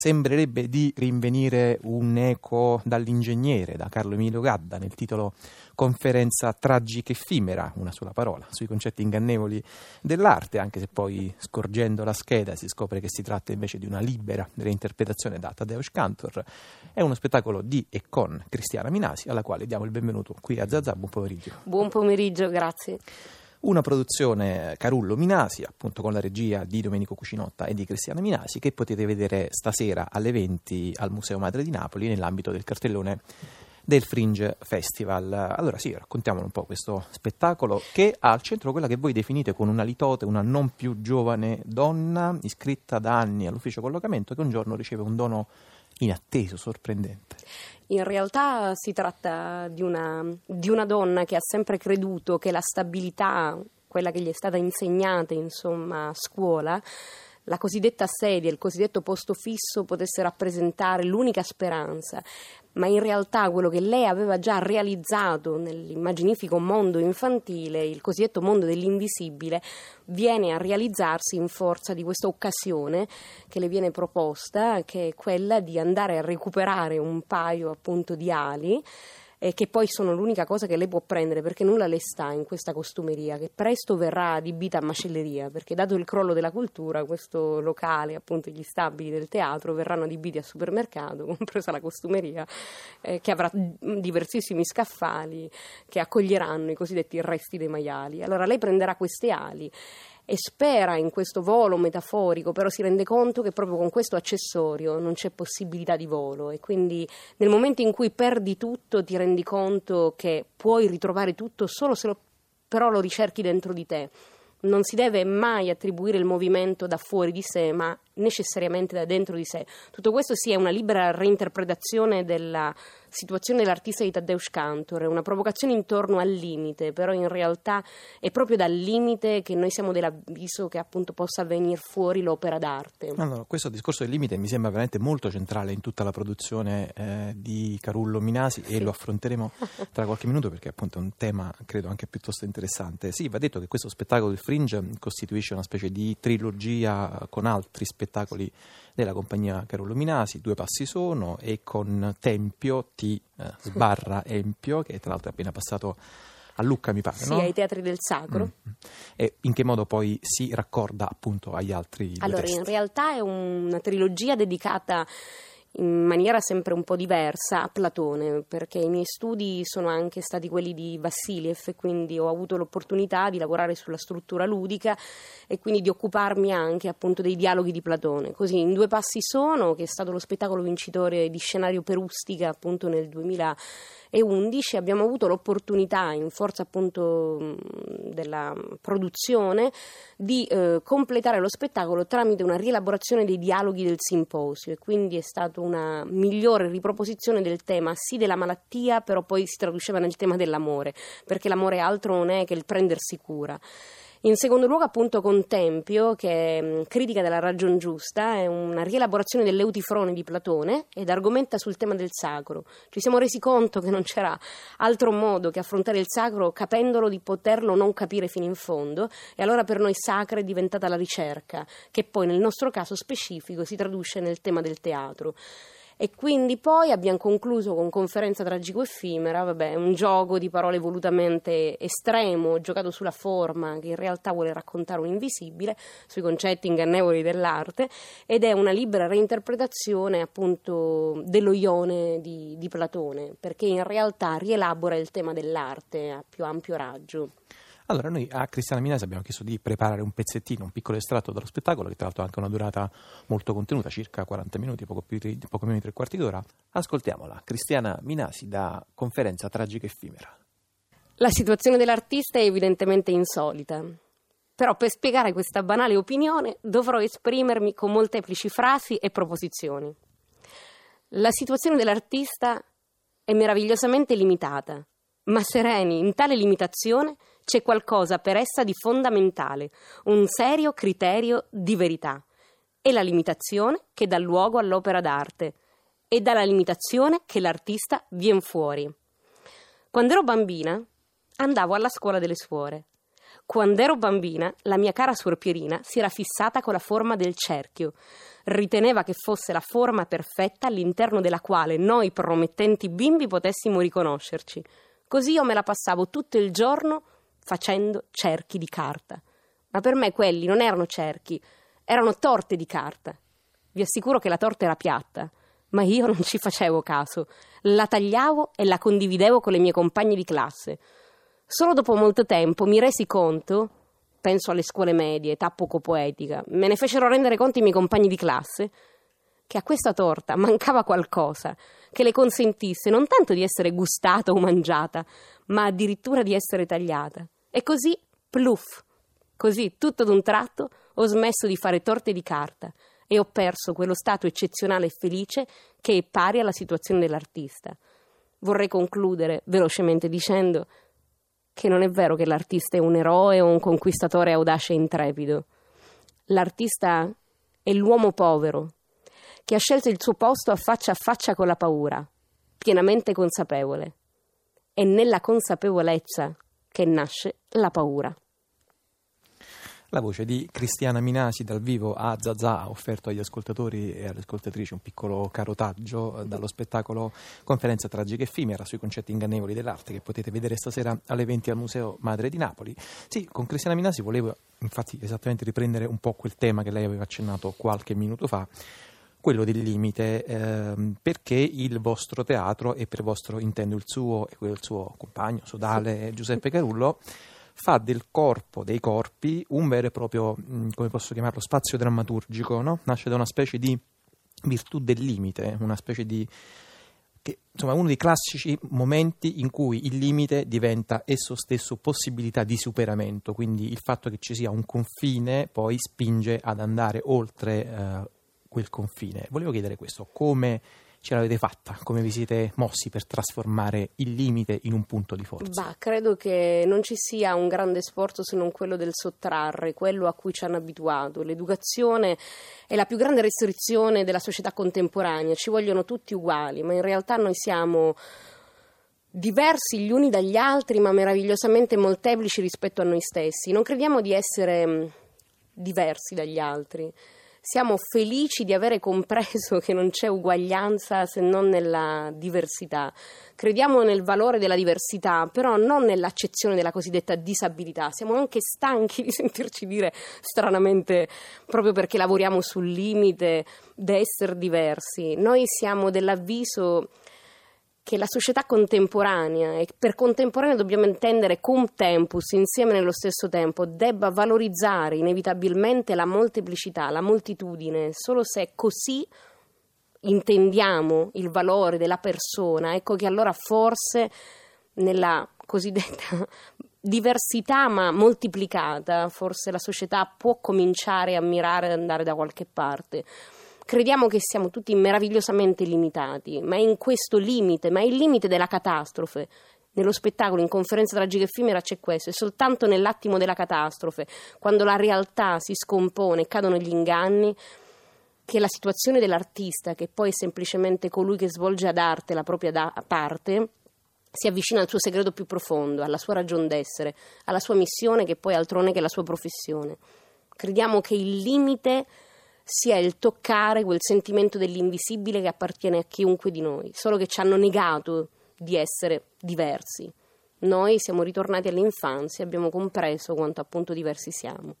Sembrerebbe di rinvenire un eco dall'ingegnere, da Carlo Emilio Gadda, nel titolo Conferenza tragica effimera, una sola parola, sui concetti ingannevoli dell'arte, anche se poi scorgendo la scheda si scopre che si tratta invece di una libera reinterpretazione da Tadeusz Kantor. È uno spettacolo di e con Cristiana Minasi, alla quale diamo il benvenuto qui a Zazà. Buon pomeriggio. Buon pomeriggio, grazie. Una produzione Carullo Minasi, appunto con la regia di Domenico Cucinotta e di Cristiana Minasi, che potete vedere stasera alle 20 al Museo Madre di Napoli nell'ambito del cartellone del Fringe Festival. Allora sì, raccontiamolo un po' questo spettacolo che ha al centro quella che voi definite con una litote una non più giovane donna iscritta da anni all'ufficio collocamento che un giorno riceve un dono inatteso, sorprendente. In realtà si tratta di una donna che ha sempre creduto che la stabilità, quella che gli è stata insegnata a scuola, la cosiddetta sedia, il cosiddetto posto fisso potesse rappresentare l'unica speranza, ma in realtà quello che lei aveva già realizzato nell'immaginifico mondo infantile, il cosiddetto mondo dell'invisibile, viene a realizzarsi in forza di questa occasione che le viene proposta, che è quella di andare a recuperare un paio appunto di ali, che poi sono l'unica cosa che lei può prendere, perché nulla le sta in questa costumeria che presto verrà adibita a macelleria, perché dato il crollo della cultura questo locale, appunto gli stabili del teatro, verranno adibiti a supermercato, compresa la costumeria, che avrà diversissimi scaffali che accoglieranno i cosiddetti resti dei maiali. Allora lei prenderà queste ali e spera in questo volo metaforico, però si rende conto che proprio con questo accessorio non c'è possibilità di volo, e quindi nel momento in cui perdi tutto ti rendi conto che puoi ritrovare tutto solo se però lo ricerchi dentro di te. Non si deve mai attribuire il movimento da fuori di sé, ma necessariamente da dentro di sé. Tutto questo è una libera reinterpretazione della situazione dell'artista di Tadeusz Kantor, è una provocazione intorno al limite, però in realtà è proprio dal limite che noi siamo dell'avviso che appunto possa venire fuori l'opera d'arte. Allora, questo discorso del limite mi sembra veramente molto centrale in tutta la produzione di Carullo Minasi, sì. E lo affronteremo tra qualche minuto perché appunto è un tema credo anche piuttosto interessante. Sì, va detto che questo spettacolo del Fringe costituisce una specie di trilogia con altri spettacoli della compagnia Carullo Minasi, Due passi sono, e con Tempio / Empio, che tra l'altro è appena passato a Lucca, mi pare, sì, no? Ai Teatri del Sacro. E in che modo poi si raccorda appunto agli altri Allora, testi? In realtà è una trilogia dedicata in maniera sempre un po' diversa a Platone, perché i miei studi sono anche stati quelli di Vassiliev, e quindi ho avuto l'opportunità di lavorare sulla struttura ludica e quindi di occuparmi anche appunto dei dialoghi di Platone. Così in Due passi sono, che è stato lo spettacolo vincitore di Scenario per Ustica appunto nel 2011, abbiamo avuto l'opportunità, in forza appunto della produzione, di completare lo spettacolo tramite una rielaborazione dei dialoghi del simposio, e quindi è stato una migliore riproposizione del tema sì della malattia, però poi si traduceva nel tema dell'amore, perché l'amore altro non è che il prendersi cura. In secondo luogo appunto con Tempio, che è critica della ragion giusta, è una rielaborazione dell'Eutifrone di Platone ed argomenta sul tema del sacro. Ci siamo resi conto che non c'era altro modo che affrontare il sacro capendolo di poterlo non capire fino in fondo, e allora per noi sacra è diventata la ricerca, che poi nel nostro caso specifico si traduce nel tema del teatro. E quindi poi abbiamo concluso con Conferenza tragico-effimera, un gioco di parole volutamente estremo, giocato sulla forma, che in realtà vuole raccontare un invisibile, sui concetti ingannevoli dell'arte, ed è una libera reinterpretazione appunto dello Ione di Platone, perché in realtà rielabora il tema dell'arte a più ampio raggio. Allora, noi a Cristiana Minasi abbiamo chiesto di preparare un pezzettino, un piccolo estratto dallo spettacolo, che tra l'altro ha anche una durata molto contenuta, circa 40 minuti, poco meno di 3/4 d'ora. Ascoltiamola, Cristiana Minasi da Conferenza tragica effimera. La situazione dell'artista è evidentemente insolita, però per spiegare questa banale opinione dovrò esprimermi con molteplici frasi e proposizioni. La situazione dell'artista è meravigliosamente limitata, ma sereni in tale limitazione c'è qualcosa per essa di fondamentale, un serio criterio di verità. È la limitazione che dà luogo all'opera d'arte, e dalla limitazione che l'artista viene fuori. Quando ero bambina andavo alla scuola delle suore. Quando ero bambina, la mia cara suor Pierina si era fissata con la forma del cerchio. Riteneva che fosse la forma perfetta all'interno della quale noi promettenti bimbi potessimo riconoscerci. Così io me la passavo tutto il giorno facendo cerchi di carta. Ma per me quelli non erano cerchi, erano torte di carta. Vi assicuro che la torta era piatta, ma io non ci facevo caso. La tagliavo e la condividevo con le mie compagne di classe. Solo dopo molto tempo mi resi conto, penso alle scuole medie, età poco poetica, me ne fecero rendere conto i miei compagni di classe, che a questa torta mancava qualcosa che le consentisse non tanto di essere gustata o mangiata, ma addirittura di essere tagliata. E così, pluff, così tutto d'un tratto ho smesso di fare torte di carta e ho perso quello stato eccezionale e felice che è pari alla situazione dell'artista. Vorrei concludere velocemente dicendo che non è vero che l'artista è un eroe o un conquistatore audace e intrepido. L'artista è l'uomo povero che ha scelto il suo posto a faccia con la paura, pienamente consapevole. È nella consapevolezza che nasce la paura. La voce di Cristiana Minasi dal vivo a Zazà ha offerto agli ascoltatori e alle ascoltatrici un piccolo carotaggio dallo spettacolo Conferenza Tragica Effimera sui concetti ingannevoli dell'arte, che potete vedere stasera alle 20 al Museo Madre di Napoli. Sì, con Cristiana Minasi volevo infatti esattamente riprendere un po' quel tema che lei aveva accennato qualche minuto fa, quello del limite, perché il vostro teatro, e per vostro intendo il suo e quello del suo compagno sodale Giuseppe Carullo, fa del corpo, dei corpi, un vero e proprio, come posso chiamarlo, spazio drammaturgico, no? Nasce da una specie di virtù del limite, una specie di, che, insomma, uno dei classici momenti in cui il limite diventa esso stesso possibilità di superamento, quindi il fatto che ci sia un confine poi spinge ad andare oltre quel confine. Volevo chiedere questo, come ce l'avete fatta? Come vi siete mossi per trasformare il limite in un punto di forza? Credo che non ci sia un grande sforzo se non quello del sottrarre, quello a cui ci hanno abituato. L'educazione è la più grande restrizione della società contemporanea, ci vogliono tutti uguali, ma in realtà noi siamo diversi gli uni dagli altri, ma meravigliosamente molteplici rispetto a noi stessi. Non crediamo di essere diversi dagli altri. Siamo felici di avere compreso che non c'è uguaglianza se non nella diversità. Crediamo nel valore della diversità, però non nell'accezione della cosiddetta disabilità. Siamo anche stanchi di sentirci dire stranamente, proprio perché lavoriamo sul limite, di essere diversi. Noi siamo dell'avviso che la società contemporanea, e per contemporanea dobbiamo intendere cum tempus, insieme nello stesso tempo, debba valorizzare inevitabilmente la molteplicità, la moltitudine. Solo se così intendiamo il valore della persona, ecco che allora forse nella cosiddetta diversità ma moltiplicata, forse la società può cominciare a mirare ad andare da qualche parte. Crediamo che siamo tutti meravigliosamente limitati, ma è in questo limite, ma è il limite della catastrofe. Nello spettacolo, in Conferenza Tragica Effimera c'è questo, è soltanto nell'attimo della catastrofe, quando la realtà si scompone e cadono gli inganni, che la situazione dell'artista, che poi è semplicemente colui che svolge ad arte la propria parte, si avvicina al suo segreto più profondo, alla sua ragion d'essere, alla sua missione, che poi altrone che la sua professione. Crediamo che il limite sia il toccare quel sentimento dell'invisibile che appartiene a chiunque di noi, solo che ci hanno negato di essere diversi. Noi siamo ritornati all'infanzia e abbiamo compreso quanto appunto diversi siamo.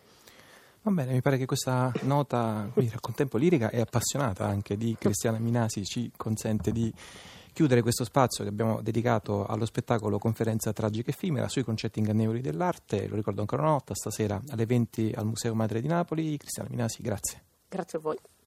Va bene, mi pare che questa nota, quindi, al contempo lirica e appassionata anche di Cristiana Minasi ci consente di chiudere questo spazio che abbiamo dedicato allo spettacolo Conferenza Tragica Effimera sui concetti ingannevoli dell'arte. Lo ricordo ancora una volta, stasera alle 20 al Museo Madre di Napoli. Cristiana Minasi, grazie. Grazie a voi.